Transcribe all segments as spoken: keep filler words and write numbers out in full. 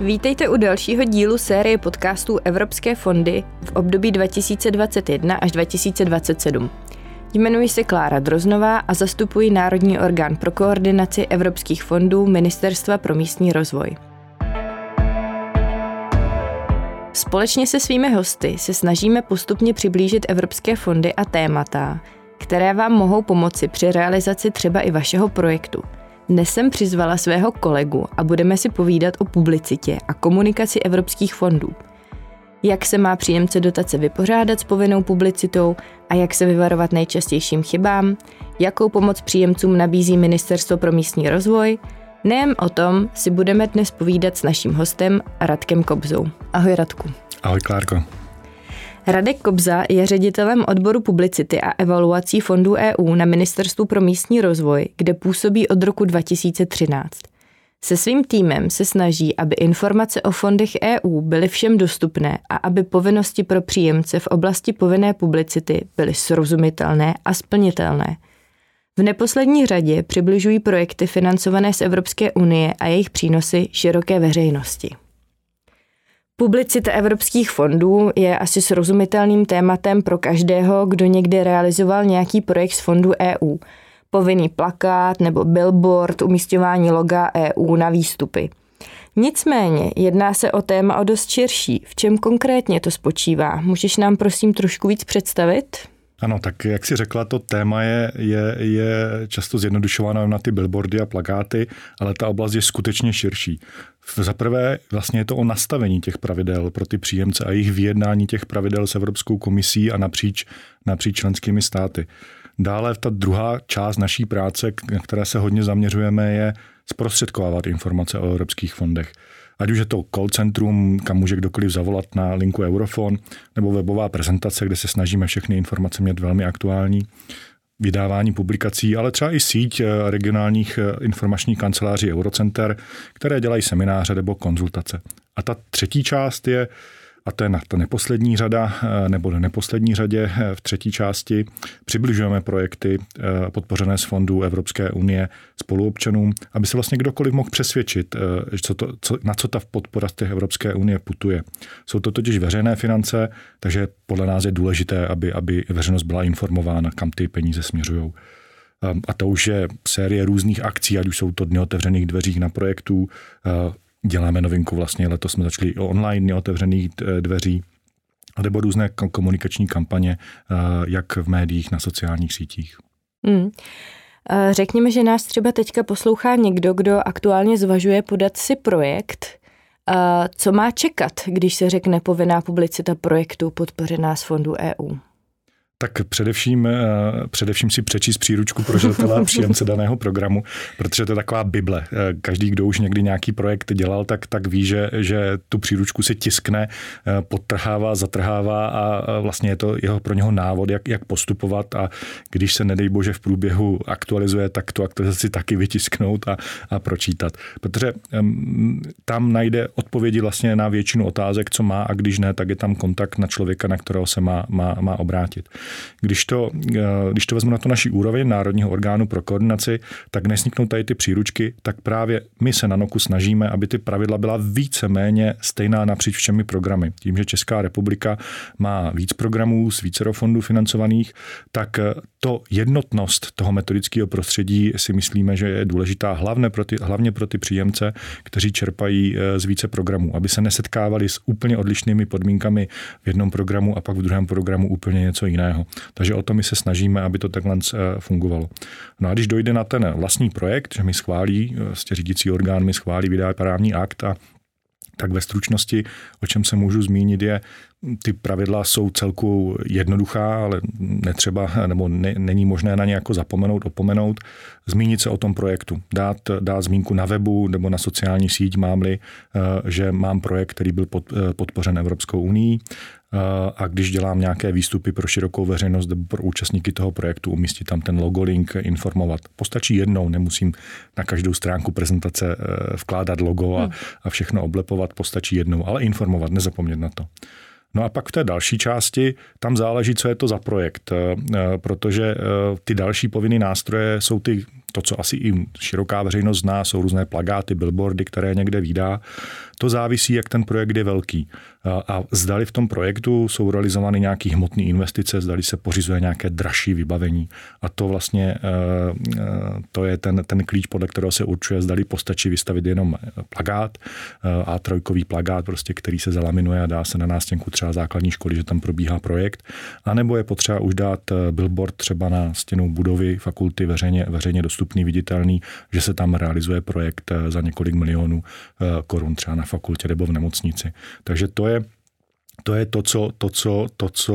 Vítejte u dalšího dílu série podcastů Evropské fondy v období dva tisíce dvacet jedna až dva tisíce dvacet sedm. Jmenuji se Klára Droznová a zastupuji Národní orgán pro koordinaci evropských fondů Ministerstva pro místní rozvoj. Společně se svými hosty se snažíme postupně přiblížit evropské fondy a témata, které vám mohou pomoci při realizaci třeba i vašeho projektu. Dnes jsem přizvala svého kolegu a budeme si povídat o publicitě a komunikaci evropských fondů. Jak se má příjemce dotace vypořádat s povinnou publicitou a jak se vyvarovat nejčastějším chybám, jakou pomoc příjemcům nabízí Ministerstvo pro místní rozvoj. Nejen o tom si budeme dnes povídat s naším hostem Radkem Kobzou. Ahoj Radku. Ahoj Klárko. Radek Kobza je ředitelem odboru publicity a evaluací fondů E U na Ministerstvu pro místní rozvoj, kde působí od roku dva tisíce třináct. Se svým týmem se snaží, aby informace o fondech E U byly všem dostupné a aby povinnosti pro příjemce v oblasti povinné publicity byly srozumitelné a splnitelné. V neposlední řadě přibližují projekty financované z Evropské unie a jejich přínosy široké veřejnosti. Publicita evropských fondů je asi srozumitelným tématem pro každého, kdo někdy realizoval nějaký projekt z fondu E U. Povinný plakát nebo billboard, umísťování loga E U na výstupy. Nicméně jedná se o téma o dost širší. V čem konkrétně to spočívá? Můžeš nám prosím trošku víc představit? Ano, tak jak jsi řekla, to téma je, je, je často zjednodušováno na ty billboardy a plakáty, ale ta oblast je skutečně širší. Za prvé vlastně je to o nastavení těch pravidel pro ty příjemce a jejich vyjednání těch pravidel s Evropskou komisí a napříč, napříč členskými státy. Dále ta druhá část naší práce, na které se hodně zaměřujeme, je zprostředkovávat informace o evropských fondech. Ať už je to call centrum, kam může kdokoliv zavolat na linku Eurofon, nebo webová prezentace, kde se snažíme všechny informace mít velmi aktuální, vydávání publikací, ale třeba i síť regionálních informačních kanceláří Eurocenter, které dělají semináře nebo konzultace. A ta třetí část je, a to je na ta neposlední řada, nebo neposlední řadě v třetí části, přibližujeme projekty podpořené z fondů Evropské unie spoluobčanům, aby se vlastně kdokoliv mohl přesvědčit, co to, co, na co ta podpora z těch Evropské unie putuje. Jsou to totiž veřejné finance, takže podle nás je důležité, aby, aby veřejnost byla informována, kam ty peníze směřují. A to už je série různých akcí, ať už jsou to dny otevřených dveří na projektů. Děláme novinku vlastně, letos jsme začali o online dny otevřených dveří, nebo různé komunikační kampaně, jak v médiích, na sociálních sítích. Hmm. Řekněme, že nás třeba teďka poslouchá někdo, kdo aktuálně zvažuje podat si projekt. Co má čekat, když se řekne povinná publicita projektu podpořená z fondu E U? Tak především, především si přečíst příručku pro žadatele a příjemce daného programu, protože to je taková bible. Každý, kdo už někdy nějaký projekt dělal, tak, tak ví, že, že tu příručku si tiskne, podtrhává, zatrhává a vlastně je to jeho pro něho návod, jak, jak postupovat, a když se nedej bože v průběhu aktualizuje, tak tu aktualizaci taky vytisknout a, a pročítat. Protože um, tam najde odpovědi vlastně na většinu otázek, co má, a když ne, tak je tam kontakt na člověka, na kterého se má, má, má obrátit. Když to, když to vezmu na to naší úroveň Národního orgánu pro koordinaci, tak nesniknou tady ty příručky, tak právě my se na NOKu snažíme, aby ty pravidla byla víceméně stejná napříč všemi programy. Tím, že Česká republika má víc programů z vícero fondů financovaných, tak to jednotnost toho metodického prostředí si myslíme, že je důležitá hlavně pro ty, hlavně pro ty příjemce, kteří čerpají z více programů, aby se nesetkávali s úplně odlišnými podmínkami v jednom programu a pak v druhém programu úplně něco jiného. Takže o to my se snažíme, aby to takhle fungovalo. No a když dojde na ten vlastní projekt, že mi schválí, vlastně řídící orgán mi schválí, vydá právní akt, a tak ve stručnosti, o čem se můžu zmínit, je, ty pravidla jsou celku jednoduchá, ale netřeba, nebo ne, není možné na ně jako zapomenout, opomenout. Zmínit se o tom projektu, dát, dát zmínku na webu nebo na sociální síť, mám-li, že mám projekt, který byl pod, podpořen Evropskou unií, a když dělám nějaké výstupy pro širokou veřejnost nebo pro účastníky toho projektu, umístit tam ten logo, link, informovat. Postačí jednou, nemusím na každou stránku prezentace vkládat logo a, a všechno oblepovat, postačí jednou, ale informovat, nezapomnět na to. No a pak v té další části tam záleží, co je to za projekt, protože ty další povinné nástroje jsou ty, to, co asi i široká veřejnost zná, jsou různé plakáty, billboardy, které někde vídá. To závisí, jak ten projekt je velký. A zdali v tom projektu jsou realizovány nějaké hmotné investice, zdali se pořizuje nějaké dražší vybavení. A to vlastně to je ten, ten klíč, podle kterého se určuje, zdali postačí vystavit jenom plakát, á tři plakát, prostě, který se zalaminuje a dá se na nástěnku třeba základní školy, že tam probíhá projekt. A nebo je potřeba už dát billboard třeba na stěnu budovy fakulty veřejně, veřejně dostupný, viditelný, že se tam realizuje projekt za několik milionů korun třeba na fakultě nebo v nemocnici. Takže to je To je to, co, to, co, to, co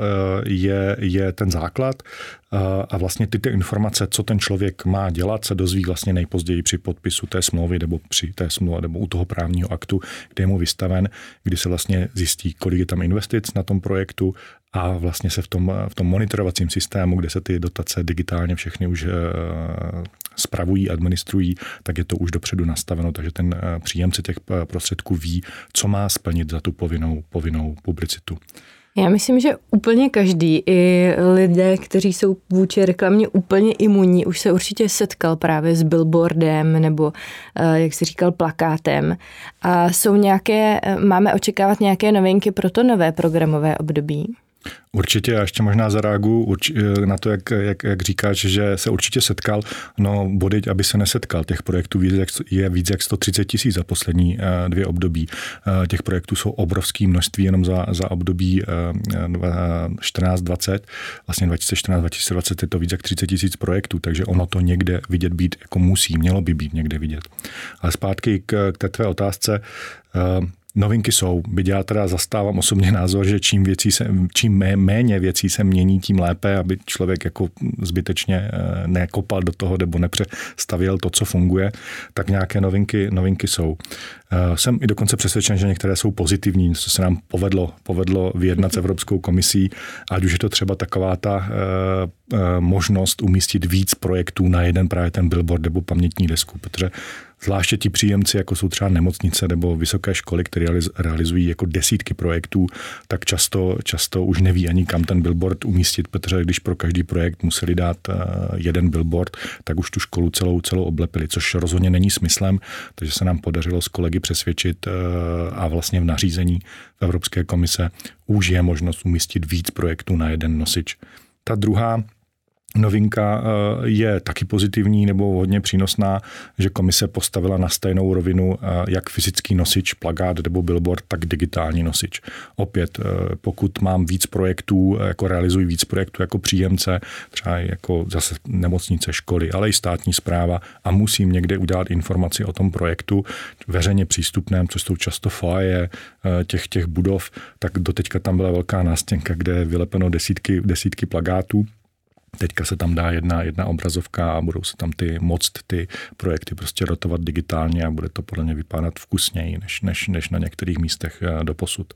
je, je ten základ a vlastně ty, ty informace, co ten člověk má dělat, se dozví vlastně nejpozději při podpisu té smlouvy nebo při té smlouvě nebo u toho právního aktu, kde je mu vystaven, kdy se vlastně zjistí, kolik je tam investic na tom projektu a vlastně se v tom, v tom monitorovacím systému, kde se ty dotace digitálně všechny už spravují, administrují, tak je to už dopředu nastaveno, takže ten příjemce těch prostředků ví, co má splnit za tu povinnou, povinnou publicitu. Já myslím, že úplně každý, i lidé, kteří jsou vůči reklamě úplně imunní, už se určitě setkal právě s billboardem nebo, jak jsi říkal, plakátem. A jsou nějaké, máme očekávat nějaké novinky pro to nové programové období? Určitě, já ještě možná zareaguju na to, jak, jak, jak říkáš, že se určitě setkal. No bodyť, aby se nesetkal. Těch projektů je víc jak sto třicet tisíc za poslední dvě období. Těch projektů jsou obrovské množství jenom za, za období čtrnáct dvacet. Vlastně dva tisíce čtrnáct dva tisíce dvacet je to víc jak třicet tisíc projektů, takže ono to někde vidět být jako musí, mělo by být někde vidět. Ale zpátky k, k té tvé otázce. Novinky jsou, byť já teda zastávám osobně názor, že čím, věcí se, čím méně věcí se mění, tím lépe, aby člověk jako zbytečně nekopal do toho nebo nepřestavěl to, co funguje, tak nějaké novinky, novinky jsou. Jsem i dokonce přesvědčen, že některé jsou pozitivní, co se nám povedlo, povedlo vyjednat s Evropskou komisí, ať už je to třeba taková ta e, e, možnost umístit víc projektů na jeden právě ten billboard nebo pamětní desku, protože zvláště ti příjemci, jako jsou třeba nemocnice nebo vysoké školy, které realizují jako desítky projektů, tak často, často už neví ani kam ten billboard umístit, protože když pro každý projekt museli dát jeden billboard, tak už tu školu celou, celou oblepili, což rozhodně není smyslem, takže se nám podařilo s kolegy přesvědčit a vlastně v nařízení v Evropské komise už je možnost umístit víc projektů na jeden nosič. Ta druhá novinka je taky pozitivní nebo hodně přínosná, že komise postavila na stejnou rovinu jak fyzický nosič, plakát nebo billboard, tak digitální nosič. Opět, pokud mám víc projektů, jako realizuji víc projektů jako příjemce, třeba jako zase nemocnice, školy, ale i státní správa a musím někde udělat informaci o tom projektu veřejně přístupném, což jsou často foaje těch, těch budov, tak doteďka tam byla velká nástěnka, kde je vylepeno desítky, desítky plakátů. Teďka se tam dá jedna, jedna obrazovka a budou se tam ty moct ty projekty prostě rotovat digitálně a bude to podle mě vypadat vkusněji než, než, než na některých místech doposud.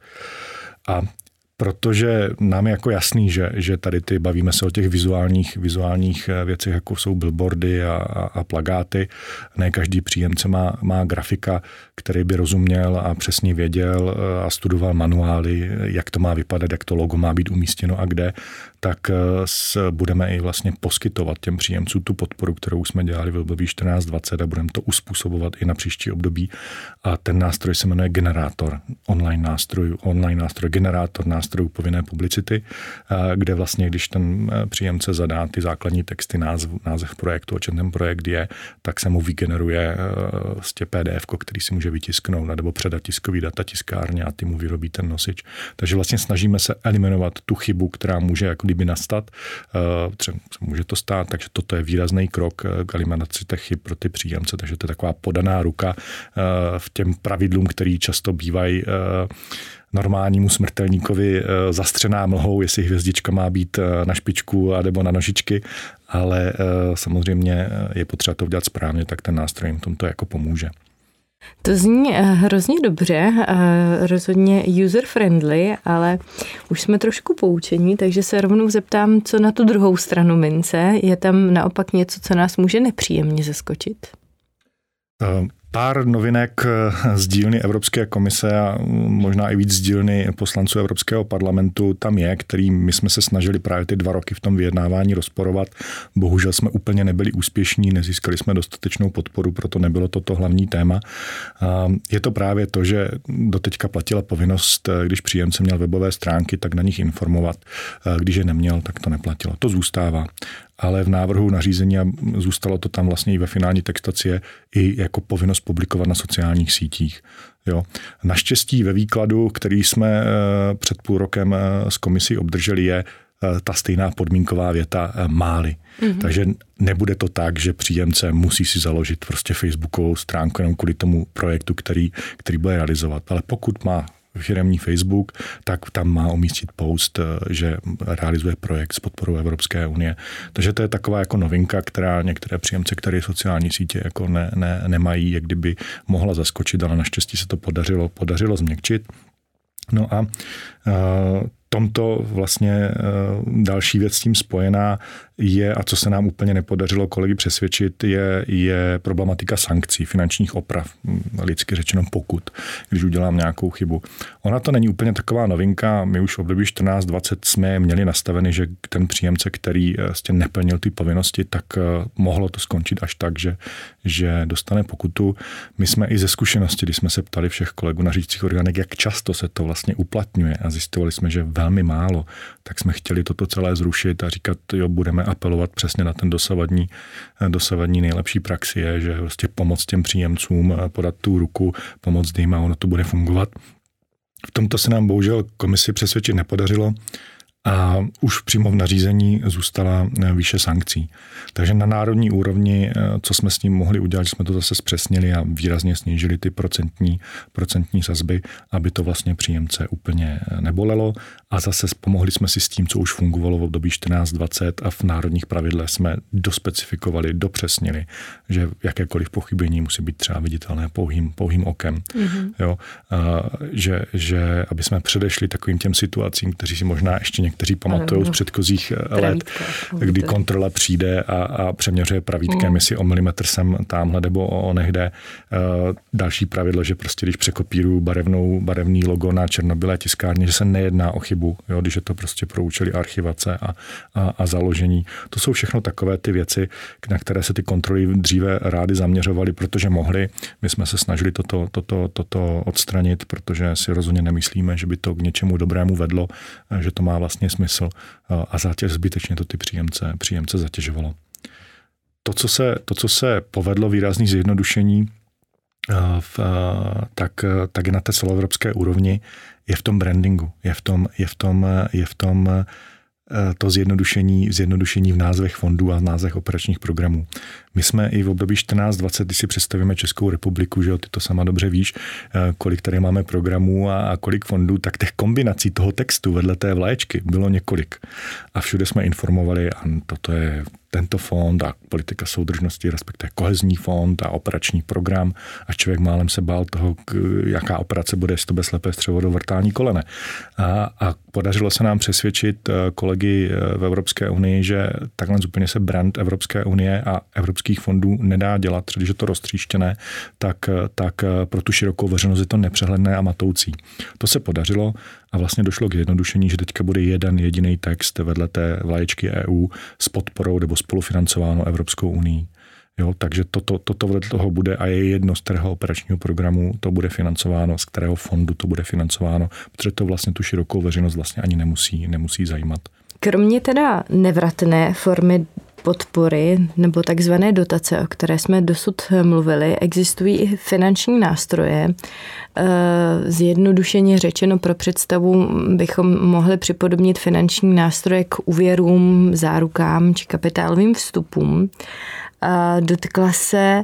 A protože nám je jako jasný, že, že tady ty bavíme se o těch vizuálních, vizuálních věcech, jako jsou billboardy a, a, a plakáty. Ne každý příjemce má, má grafika, který by rozuměl a přesně věděl a studoval manuály, jak to má vypadat, jak to logo má být umístěno a kde, tak s, budeme i vlastně poskytovat těm příjemcům tu podporu, kterou jsme dělali v období čtrnáct dvacet a budeme to uspůsobovat i na příští období. A ten nástroj se jmenuje Generátor, online nástroj, online nástroj, generátor nástrojů povinné publicity, kde vlastně, když ten příjemce zadá ty základní texty, název, název projektu, o čem ten projekt je, tak se mu vygeneruje vlastně P D F, který si může vytisknout, nebo předat tiskový data tiskárně a ty mu vyrobí ten nosič. Takže vlastně snažíme se eliminovat tu chybu, která může jako kdyby nastat. Třeba může to stát, takže toto je výrazný krok k eliminaci těch chyb pro ty příjemce, takže to je taková podaná ruka v těm pravidlům, které často bývají normálnímu smrtelníkovi zastřená mlhou, jestli hvězdička má být na špičku a nebo na nožičky, ale samozřejmě je potřeba to udělat správně, tak ten nástroj jim tomto jako pomůže. To zní hrozně dobře, rozhodně user-friendly, ale už jsme trošku poučení, takže se rovnou zeptám, co na tu druhou stranu mince. Je tam naopak něco, co nás může nepříjemně zaskočit? Pár novinek z dílny Evropské komise a možná i víc z dílny poslanců Evropského parlamentu tam je, který my jsme se snažili právě ty dva roky v tom vyjednávání rozporovat. Bohužel jsme úplně nebyli úspěšní, nezískali jsme dostatečnou podporu, proto nebylo toto hlavní téma. Je to právě to, že doteďka platila povinnost, když příjemce měl webové stránky, tak na nich informovat. Když je neměl, tak to neplatilo. To zůstává. Ale v návrhu nařízení, a zůstalo to tam vlastně i ve finální textaci, je i jako povinnost publikovat na sociálních sítích. Jo. Naštěstí ve výkladu, který jsme před půl rokem s komisí obdrželi, je ta stejná podmínková věta máli. Mm-hmm. Takže nebude to tak, že příjemce musí si založit prostě facebookovou stránku jenom kvůli tomu projektu, který, který bude realizovat. Ale pokud má firemní Facebook, tak tam má umístit post, že realizuje projekt s podporou Evropské unie. Takže to je taková jako novinka, která některé příjemce, které sociální sítě jako ne, ne, nemají, jak kdyby mohla zaskočit, ale naštěstí se to podařilo, podařilo změkčit. No a uh, tomto vlastně další věc s tím spojená je, a co se nám úplně nepodařilo kolegy přesvědčit, je, je problematika sankcí, finančních oprav, lidsky řečeno pokud, když udělám nějakou chybu. Ona to není úplně taková novinka, my už v období čtrnáct dvacet jsme měli nastaveny, že ten příjemce, který vlastně neplnil ty povinnosti, tak mohlo to skončit až tak, že, že dostane pokutu. My jsme i ze zkušenosti, když jsme se ptali všech kolegů na řídících orgánech, jak často se to vlastně uplatňuje a zjistovali jsme, že velmi málo, tak jsme chtěli toto celé zrušit a říkat, jo, budeme apelovat přesně na ten dosavadní, dosavadní nejlepší praxi je, že vlastně pomoct těm příjemcům, podat tu ruku, pomoct jim a ono to bude fungovat. V tomto se nám bohužel komisi přesvědčit nepodařilo a už přímo v nařízení zůstala výše sankcí. Takže na národní úrovni, co jsme s tím mohli udělat, jsme to zase zpřesnili a výrazně snížili ty procentní, procentní sazby, aby to vlastně příjemce úplně nebolelo a zase pomohli jsme si s tím, co už fungovalo v období čtrnáct dvacet a v národních pravidlech jsme dospecifikovali, dopřesnili, že jakékoliv pochybení musí být třeba viditelné pouhým, pouhým okem. Mm-hmm. Jo? A, že, že aby jsme předešli takovým těm situacím, kteří si možná ještě někteří pamatují z předchozích let, kdy kontrola přijde a, a přeměřuje pravítkem, mm. jestli o milimetr jsem tamhle nebo o onehde. Další pravidlo, že prostě když překopíruju barevnou, barevný logo na černobílé tiskárně, že se nejedná o chybu, jo, když je to prostě pro účely archivace a, a, a založení. To jsou všechno takové ty věci, na které se ty kontroly dříve rády zaměřovaly, protože mohly. My jsme se snažili toto, toto, toto odstranit, protože si rozhodně nemyslíme, že by to k něčemu dobrému vedlo, že to má vlastně smysl a zátěž zbytečně to ty příjemce, příjemce zatěžovalo. To, co se, to, co se povedlo výrazný zjednodušení, v, tak, tak je na té celoevropské úrovni, je v tom brandingu, je v tom, je v tom, je v tom to zjednodušení, zjednodušení v názvech fondů a v názvech operačních programů. My jsme i v období čtrnáct dvacet, když si představíme Českou republiku, že jo, ty to sama dobře víš, kolik tady máme programů a, a kolik fondů, tak těch kombinací toho textu vedle té vlaječky bylo několik. A všude jsme informovali, a toto je tento fond a politika soudržnosti, respektive kohezní fond a operační program a člověk málem se bál toho, jaká operace bude, jestli to bude slepé střevo do vrtání kolene. A, a podařilo se nám přesvědčit kolegy v Evropské unii, že takhle úplně se brand Evropské unie a evropských fondů nedá dělat, když je to roztříštěné, tak, tak pro tu širokou veřejnost je to nepřehledné a matoucí. To se podařilo a vlastně došlo k jednodušení, že teďka bude jeden jediný text vedle té vlaječky E U s podporou nebo spolufinancováno Evropskou unii. Jo, takže toto, toto vedle toho bude a je jedno, z kterého operačního programu to bude financováno, z kterého fondu to bude financováno, protože to vlastně tu širokou veřejnost vlastně ani nemusí, nemusí zajímat. Kromě teda nevratné formy podpory nebo takzvané dotace, o které jsme dosud mluvili, existují i finanční nástroje. Zjednodušeně řečeno pro představu bychom mohli připodobnit finanční nástroje k úvěrům, zárukám či kapitálovým vstupům. Dotkla se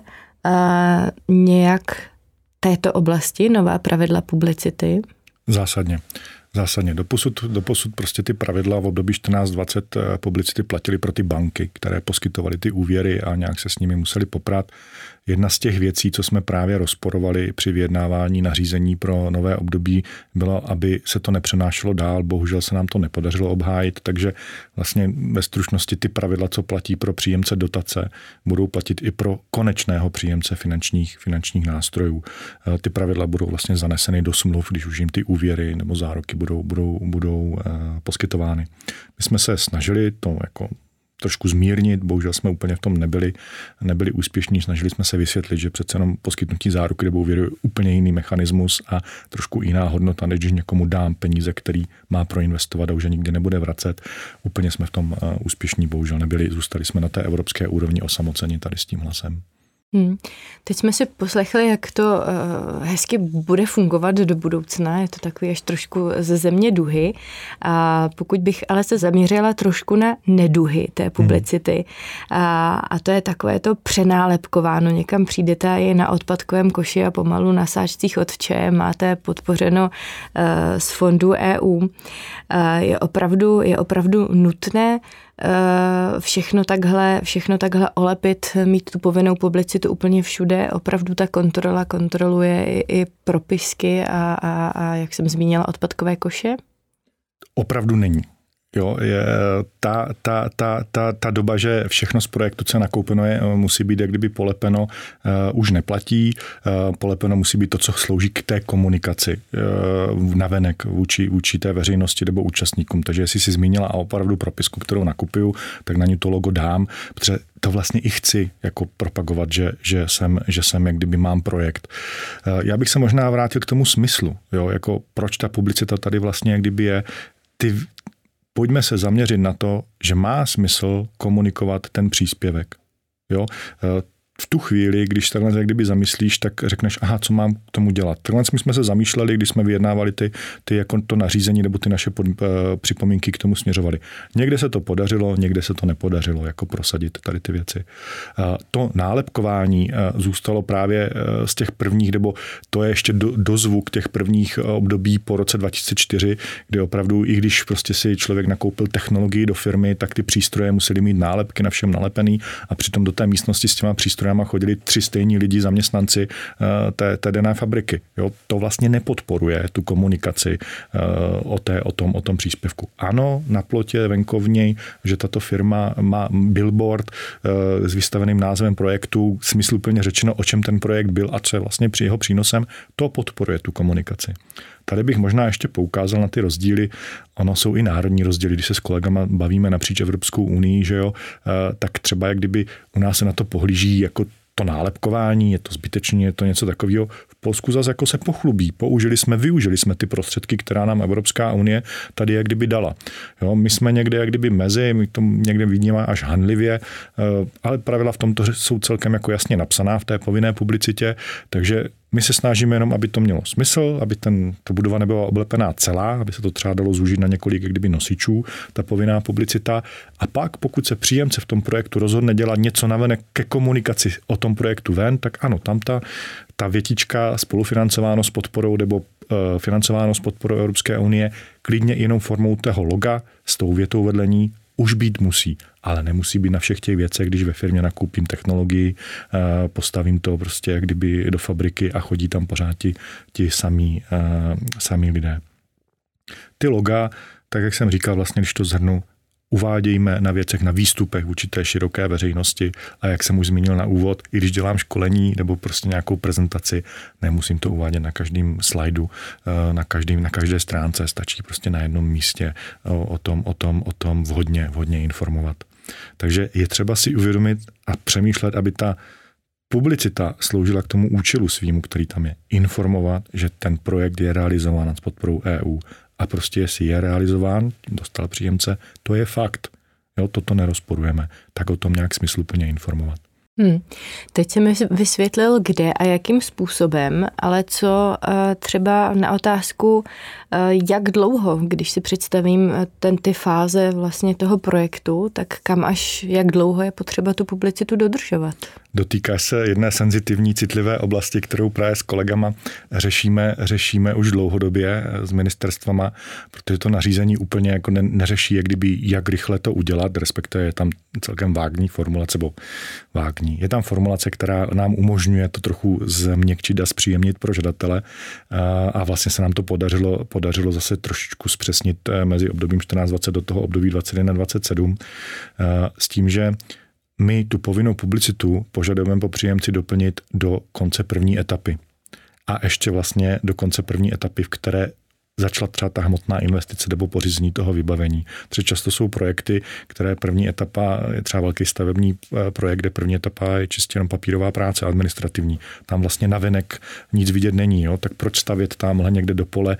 nějak této oblasti nová pravidla publicity? Zásadně. Zásadně. Doposud, doposud prostě ty pravidla v období čtrnáct dvacet publicity platily pro ty banky, které poskytovaly ty úvěry a nějak se s nimi museli poprat. jedna z těch věcí, co jsme právě rozporovali při vyjednávání nařízení pro nové období, bylo, aby se to nepřenášelo dál. Bohužel se nám to nepodařilo obhájit, takže vlastně ve stručnosti ty pravidla, co platí pro příjemce dotace, budou platit i pro konečného příjemce finančních, finančních nástrojů. Ty pravidla budou vlastně zaneseny do smluv, když už jim ty úvěry nebo záruky budou, budou, budou poskytovány. My jsme se snažili to jako trošku zmírnit, bohužel jsme úplně v tom nebyli, nebyli úspěšní, snažili jsme se vysvětlit, že přece jenom poskytnutí záruky nebo úvěru je úplně jiný mechanismus a trošku jiná hodnota, než když někomu dám peníze, který má proinvestovat a už je nikdy nebude vracet. Úplně jsme v tom úspěšní bohužel nebyli, zůstali jsme na té evropské úrovni osamoceni tady s tím hlasem. Hmm. Teď jsme si poslechli, jak to uh, hezky bude fungovat do budoucna. Je to takový až trošku ze země duhy. A pokud bych ale se zaměřila trošku na neduhy té publicity, hmm. a, a to je takové to přenálepkováno. Někam přijdete a je na odpadkovém koši a pomalu na sáčcích od čaje máte podpořeno uh, z fondů E U. Uh, je opravdu, je opravdu nutné všechno takhle, všechno takhle olepit, mít tu povinnou publicitu úplně všude. Opravdu ta kontrola kontroluje i, i propisky a, a, a, jak jsem zmínila, odpadkové koše? Opravdu není. Jo, je ta, ta, ta, ta, ta doba, že všechno z projektu, co je nakoupeno, je, musí být jak kdyby polepeno, uh, už neplatí. Uh, polepeno musí být to, co slouží k té komunikaci uh, navenek vůči, vůči té veřejnosti nebo účastníkům. Takže jestli si zmínila a opravdu propisku, kterou nakupuju, tak na ní to logo dám, protože to vlastně i chci jako propagovat, že, že, jsem, že jsem jak kdyby mám projekt. Uh, já bych se možná vrátil k tomu smyslu, jo, jako proč ta publicita tady vlastně jak kdyby je. Ty Pojďme se zaměřit na to, že má smysl komunikovat ten příspěvek. Jo? V tu chvíli, když takhle jak kdyby zamyslíš, tak řekneš, aha, co mám k tomu dělat. Takhle jsme se zamýšleli, když jsme vyjednávali ty, ty jako to nařízení nebo ty naše pod, uh, připomínky k tomu směřovaly. Někde se to podařilo, někde se to nepodařilo, jako prosadit tady ty věci. Uh, to nálepkování uh, zůstalo právě uh, z těch prvních, nebo to je ještě do, dozvuk těch prvních uh, období po roce dva tisíce čtyři, kdy opravdu, i když prostě si člověk nakoupil technologii do firmy, tak ty přístroje musely mít nálepky na všem nalepený a přitom do té místnosti s těma přístroji chodili tři stejní lidi, zaměstnanci té, té dané fabriky. Jo, to vlastně nepodporuje tu komunikaci o, té, o, tom, o tom příspěvku. Ano, na plotě venkovněj, že tato firma má billboard s vystaveným názvem projektu, smysluplně řečeno, o čem ten projekt byl a co je vlastně při jeho přínosem, to podporuje tu komunikaci. Tady bych možná ještě poukázal na ty rozdíly. Ono jsou i národní rozdíly, když se s kolegama bavíme napříč Evropskou unii, že jo, tak třeba jak kdyby u nás se na to pohlíží jako to nálepkování, je to zbytečné, je to něco takového. V Polsku zase jako se pochlubí. Použili jsme, využili jsme ty prostředky, která nám Evropská unie tady jak kdyby dala. Jo, my jsme někde jak kdyby mezi, my to někde vidíme až hanlivě, ale pravidla v tomto jsou celkem jako jasně napsaná v té povinné publicitě, takže my se snažíme jenom, aby to mělo smysl, aby ten, ta budova nebyla oblepená celá, aby se to třeba dalo zúžit na několik jak kdyby nosičů, ta povinná publicita. A pak, pokud se příjemce v tom projektu rozhodne dělat něco navenek ke komunikaci o tom projektu ven, tak ano, tam ta, ta větička spolufinancováno s podporou nebo uh, financováno s podporou Evropské unie klidně jenom formou toho loga s tou větou vedle ní už být musí, ale nemusí být na všech těch věcech, když ve firmě nakoupím technologii, postavím to prostě jak kdyby do fabriky a chodí tam pořád ti, ti samí, samí lidé. Ty loga, tak jak jsem říkal, vlastně, když to zhrnu, uvádějme na věcech, na výstupech vůči té široké veřejnosti a jak jsem už zmínil na úvod, i když dělám školení nebo prostě nějakou prezentaci, nemusím to uvádět na každém slajdu, na, každým, na každé stránce, stačí prostě na jednom místě o, o tom, o tom, o tom vhodně, vhodně informovat. Takže je třeba si uvědomit a přemýšlet, aby ta publicita sloužila k tomu účelu svýmu, který tam je. Informovat, že ten projekt je realizován s podporou E U. A prostě jestli je realizován, dostal příjemce, to je fakt. Jo, toto nerozporujeme. Tak o tom nějak smysluplně informovat. Hmm. Teď jsem vysvětlil, kde a jakým způsobem, ale co třeba na otázku, jak dlouho, když si představím ten, ty fáze vlastně toho projektu, tak kam až, jak dlouho je potřeba tu publicitu dodržovat? Dotýká se jedné senzitivní, citlivé oblasti, kterou právě s kolegama řešíme, řešíme už dlouhodobě s ministerstvama, protože to nařízení úplně jako ne, neřeší, jak kdyby, jak rychle to udělat, respektive je tam celkem vágní formulace, bo vágní. Je tam formulace, která nám umožňuje to trochu změkčit a zpříjemnit pro žadatele a vlastně se nám to podařilo, podařilo zase trošičku zpřesnit mezi obdobím čtrnáct dvacet do toho období dvacet jedna dvacet sedm s tím, že my tu povinnou publicitu požadujeme po příjemci doplnit do konce první etapy. A ještě vlastně do konce první etapy, v které začala třeba ta hmotná investice nebo pořízení toho vybavení. Třeba často jsou projekty, které první etapa je třeba velký stavební projekt, kde první etapa je čistě jenom papírová práce administrativní. Tam vlastně navenek nic vidět není. Jo? Tak proč stavět tamhle někde do pole,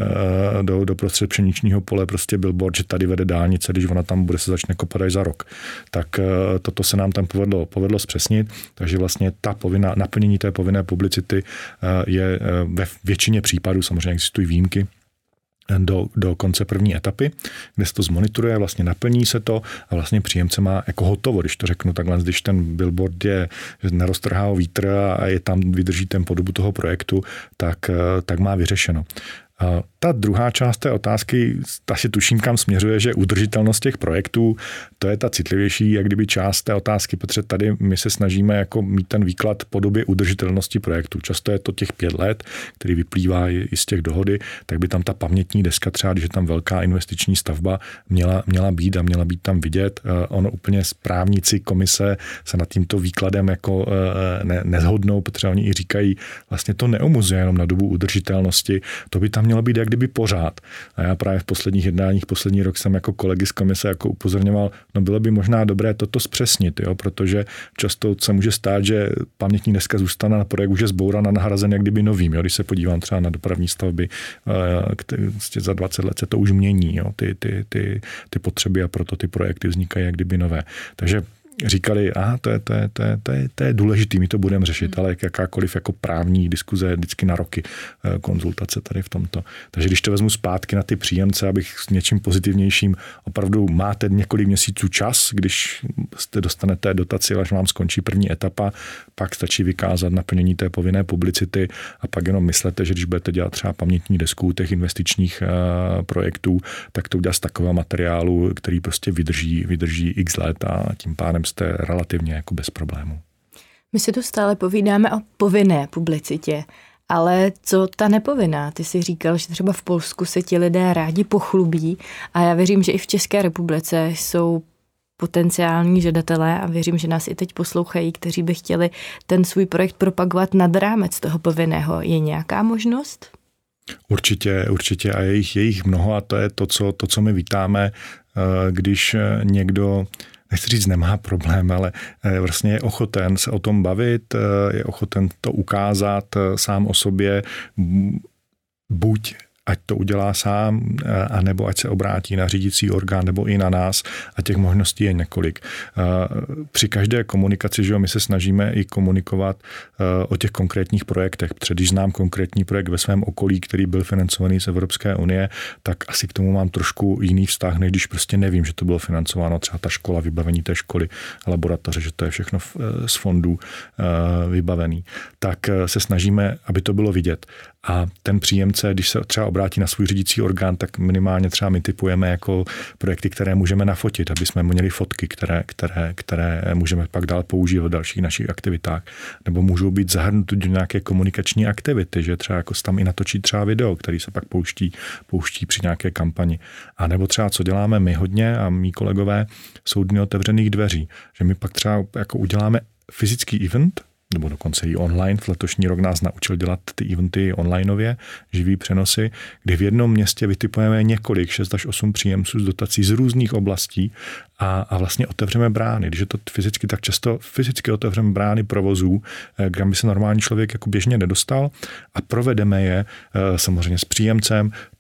do, do prostřed pšeničního pole prostě billboard, že tady vede dálnice, když ona tam bude se začne kopat až za rok. Tak toto se nám tam povedlo, povedlo zpřesnit, takže vlastně ta povinná, naplnění té povinné publicity je ve většině případů, samozřejmě existují výjimky, Do, do konce první etapy, kde se to zmonitoruje, vlastně naplní se to a vlastně příjemce má jako hotovo, když to řeknu takhle, když ten billboard je, že neroztrhá ho vítr a je tam, vydrží ten po dobu toho projektu, tak, tak má vyřešeno. A ta druhá část té otázky, asi tuším, kam směřuje, že udržitelnost těch projektů, to je ta citlivější, jak kdyby část té otázky, protože tady my se snažíme jako mít ten výklad podoby udržitelnosti projektů. Často je to těch pět let, který vyplývá i z těch dohody, tak by tam ta pamětní deska třeba, když je tam velká investiční stavba, měla, měla být a měla být tam vidět. Ono úplně správníci komise se nad tímto výkladem jako ne, nezhodnou, protože oni i říkají, vlastně to neomuzuje jenom na dobu udržitelnosti, to by tam mělo být jak kdyby pořád. A já právě v posledních jednáních, poslední rok jsem jako kolegy z komise jako upozorňoval, no bylo by možná dobré toto zpřesnit, jo, protože často se může stát, že pamětní deska zůstane na projekt už je zbouran a nahrazen jak kdyby novým. Jo. Když se podívám třeba na dopravní stavby, které za dvacet let se to už mění, jo, ty, ty, ty, ty potřeby a proto ty projekty vznikají jak kdyby nové. Takže říkali, aha, to je, to je, to je, to je, to je důležitý, my to budeme řešit, ale jakákoliv jako právní diskuze vždycky na roky konzultace tady v tomto. Takže když to vezmu zpátky na ty příjemce, abych s něčím pozitivnějším, opravdu máte několik měsíců čas, když jste dostanete dotaci, až vám skončí první etapa, pak stačí vykázat naplnění té povinné publicity a pak jenom myslete, že když budete dělat třeba pamětní desku těch investičních uh, projektů, tak to udělat z takového materiálu, který prostě vydrží, vydrží x let a tím pádem jste relativně jako bez problémů. My si tu stále povídáme o povinné publicitě, ale co ta nepovinná? Ty jsi říkal, že třeba v Polsku se ti lidé rádi pochlubí a já věřím, že i v České republice jsou potenciální žadatelé a věřím, že nás i teď poslouchají, kteří by chtěli ten svůj projekt propagovat nad rámec toho povinného. Je nějaká možnost? Určitě, určitě a je jich, je jich mnoho a to je to, co, to, co my vítáme, když někdo nechci říct, nemá problém, ale vlastně je ochoten se o tom bavit, je ochoten to ukázat sám o sobě, buď ať to udělá sám, anebo ať se obrátí na řídící orgán, nebo i na nás a těch možností je několik. Při každé komunikaci, že jo, my se snažíme i komunikovat o těch konkrétních projektech, protože když znám konkrétní projekt ve svém okolí, který byl financovaný z Evropské unie, tak asi k tomu mám trošku jiný vztah, než když prostě nevím, že to bylo financováno, třeba ta škola, vybavení té školy, laboratoře, že to je všechno z fondů vybavený. Tak se snažíme, aby to bylo vidět. A ten příjemce, když se třeba obrátí na svůj řídící orgán, tak minimálně třeba my typujeme jako projekty, které můžeme nafotit, aby jsme měli fotky, které, které, které můžeme pak dál používat v dalších našich aktivitách. Nebo můžou být zahrnuty do nějaké komunikační aktivity, že třeba jako tam i natočí třeba video, který se pak pouští, pouští při nějaké kampani. A nebo třeba, co děláme my hodně a mý kolegové, jsou dny otevřených dveří. Že my pak třeba jako uděláme fyzický event, nebo dokonce i online. V letošní rok nás naučil dělat ty eventy onlineově, živý přenosy, kdy v jednom městě vytipujeme několik, šest až osm příjemců z dotací z různých oblastí a, a vlastně otevřeme brány. Když je to fyzicky, tak často fyzicky otevřeme brány provozů, kde by se normální člověk jako běžně nedostal a provedeme je samozřejmě s příjemcem,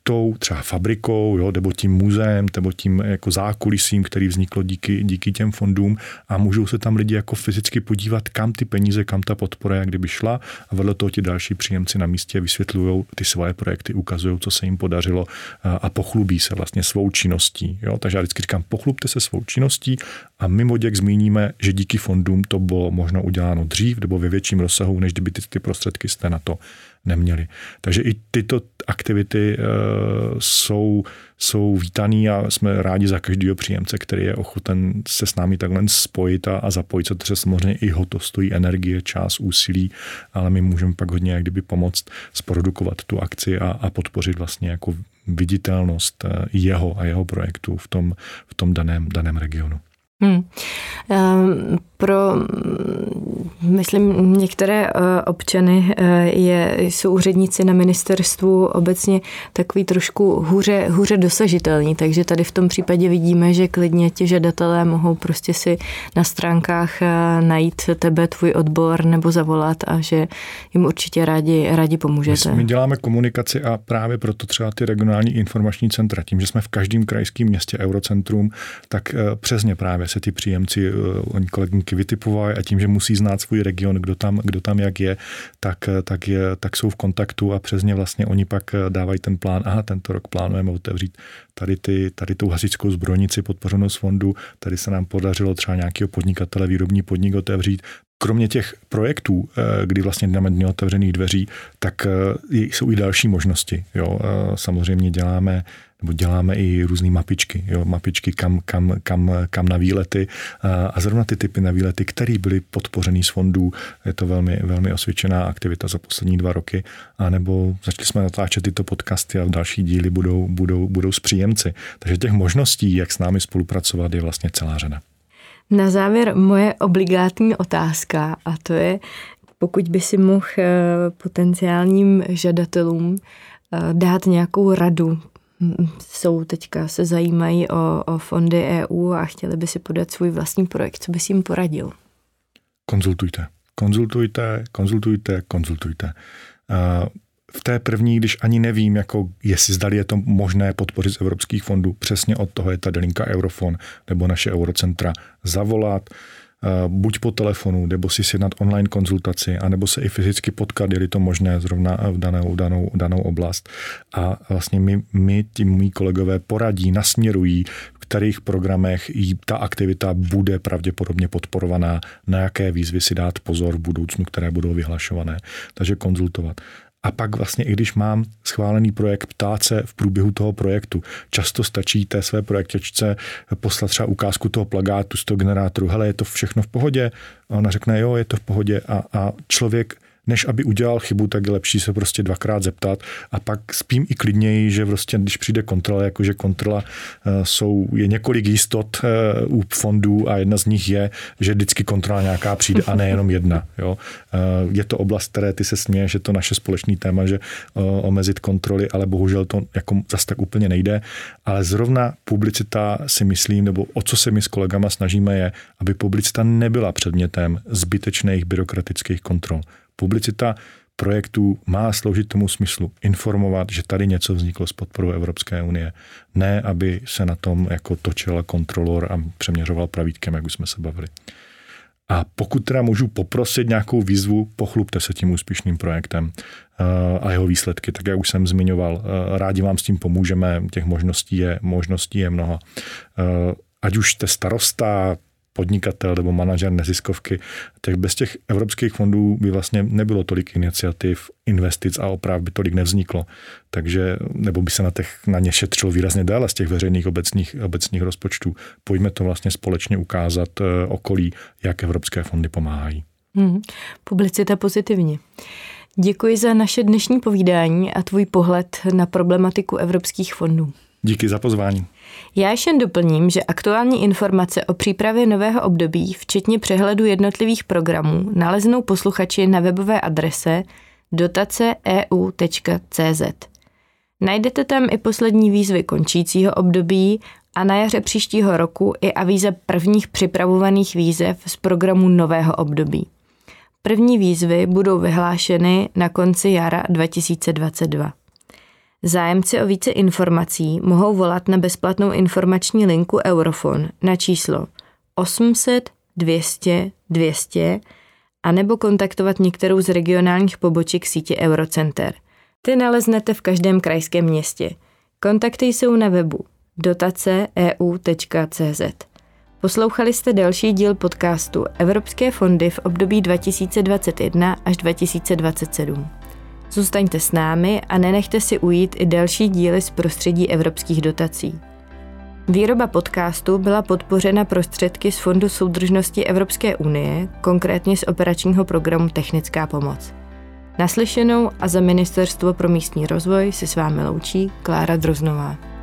tou třeba fabrikou, jo, nebo tím muzeem, nebo tím jako zákulisím, který vzniklo díky, díky těm fondům a můžou se tam lidi jako fyzicky podívat, kam ty peníze, kam ta podpora, jak kdyby šla a vedle toho ti další příjemci na místě vysvětlují ty svoje projekty, ukazují, co se jim podařilo a pochlubí se vlastně svou činností. Jo. Takže já vždycky říkám, pochlubte se svou činností a mimo děk zmíníme, že díky fondům to bylo možno uděláno dřív nebo ve větším rozsahu, než kdyby ty, ty prostředky jste na to neměli. Takže i tyto aktivity uh, jsou, jsou vítaný a jsme rádi za každého příjemce, který je ochoten se s námi takhle spojit a, a zapojit se, protože samozřejmě i ho to stojí energie, čas, úsilí, ale my můžeme pak hodně jak kdyby pomoct zprodukovat tu akci a, a podpořit vlastně jako viditelnost jeho a jeho projektu v tom, v tom daném, daném regionu. Hmm. Pro, myslím, některé občany je, jsou úředníci na ministerstvu obecně takový trošku hůře, hůře dosažitelní, takže tady v tom případě vidíme, že klidně ti žadatelé mohou prostě si na stránkách najít tebe, tvůj odbor nebo zavolat a že jim určitě rádi, rádi pomůžete. My děláme komunikaci a právě proto třeba ty regionální informační centra, tím, že jsme v každém krajském městě Eurocentrum, tak přesně právě se ty příjemci, oni kolegynky vytipovají a tím, že musí znát svůj region, kdo tam, kdo tam jak je, tak, tak, je, tak jsou v kontaktu a přesně vlastně oni pak dávají ten plán, aha, tento rok plánujeme otevřít tady, ty, tady tou hasičskou zbrojnici podpořenou z fondu, tady se nám podařilo třeba nějakého podnikatele, výrobní podnik otevřít. Kromě těch projektů, kdy vlastně máme dny otevřených dveří, tak jsou i další možnosti. Jo. Samozřejmě děláme nebo děláme i různé mapičky, jo, mapičky kam, kam, kam, kam na výlety a zrovna ty typy na výlety, které byly podpořený z fondů, je to velmi, velmi osvědčená aktivita za poslední dva roky, a nebo začali jsme natáčet tyto podcasty a v další díly budou, budou, budou s příjemci. Takže těch možností, jak s námi spolupracovat, je vlastně celá řada. Na závěr moje obligátní otázka, a to je, pokud by si mohl potenciálním žadatelům dát nějakou radu, jsou teďka, se zajímají o, o fondy E U a chtěli by si podat svůj vlastní projekt, co bys jim poradil? Konzultujte. Konzultujte, konzultujte, konzultujte. V té první, když ani nevím, jako jestli zdali je to možné podpořit z evropských fondů, přesně od toho je ta linka Eurofond nebo naše Eurocentra, zavolat, buď po telefonu, nebo si sjednat online konzultaci, anebo se i fyzicky potkat, je-li to možné zrovna v danou, danou, danou oblast. A vlastně my, my ti mý kolegové poradí, nasměrují, v kterých programech ta aktivita bude pravděpodobně podporovaná, na jaké výzvy si dát pozor v budoucnu, které budou vyhlašované. Takže konzultovat. A pak vlastně, i když mám schválený projekt, ptát se v průběhu toho projektu. Často stačí té své projektačce poslat třeba ukázku toho plagátu z toho generátoru. Hele, je to všechno v pohodě? A ona řekne, jo, je to v pohodě. A, a člověk, než aby udělal chybu, tak je lepší se prostě dvakrát zeptat a pak spím i klidněji, že prostě, když přijde kontrola, jakože kontrola jsou, je několik jistot u fondů a jedna z nich je, že vždycky kontrola nějaká přijde a nejenom jedna. Jo. Je to oblast, které ty se směješ, že to naše společný téma, že omezit kontroly, ale bohužel to jako zase tak úplně nejde. Ale zrovna publicita si myslím, nebo o co se my s kolegama snažíme je, aby publicita nebyla předmětem zbytečných byrokratických kontrol. Publicita projektů má sloužit tomu smyslu informovat, že tady něco vzniklo s podporou Evropské unie. Ne, aby se na tom jako točil kontrolor a přeměřoval pravítkem, jak už jsme se bavili. A pokud teda můžu poprosit nějakou výzvu, pochlubte se tím úspěšným projektem a jeho výsledky, tak jak už jsem zmiňoval. Rádi vám s tím pomůžeme, těch možností je, možností je mnoho. Ať už jste starosta, podnikatel nebo manažer neziskovky, tak bez těch evropských fondů by vlastně nebylo tolik iniciativ, investic a oprav by tolik nevzniklo. Takže, nebo by se na, těch, na ně šetřilo výrazně déle z těch veřejných obecních, obecních rozpočtů. Pojďme to vlastně společně ukázat okolí, jak evropské fondy pomáhají. Hmm, publicita pozitivně. Děkuji za naše dnešní povídání a tvůj pohled na problematiku evropských fondů. Díky za pozvání. Já ještě doplním, že aktuální informace o přípravě nového období, včetně přehledu jednotlivých programů, naleznou posluchači na webové adrese dotace e u tečka cé zet. Najdete tam i poslední výzvy končícího období a na jaře příštího roku i avíza prvních připravovaných výzev z programu nového období. První výzvy budou vyhlášeny na konci jara dva tisíce dvacet dva. Zájemci o více informací mohou volat na bezplatnou informační linku Eurofon na číslo osm set dvě stě dvě stě anebo kontaktovat některou z regionálních poboček sítě Eurocenter. Ty naleznete v každém krajském městě. Kontakty jsou na webu dotace e u tečka cé zet. Poslouchali jste další díl podcastu Evropské fondy v období dva tisíce dvacet jedna až dva tisíce dvacet sedm. Zůstaňte s námi a nenechte si ujít i další díly z prostředí evropských dotací. Výroba podcastu byla podpořena prostředky z Fondu soudržnosti Evropské unie, konkrétně z operačního programu Technická pomoc. Naslyšenou a za Ministerstvo pro místní rozvoj se s vámi loučí Klára Droznová.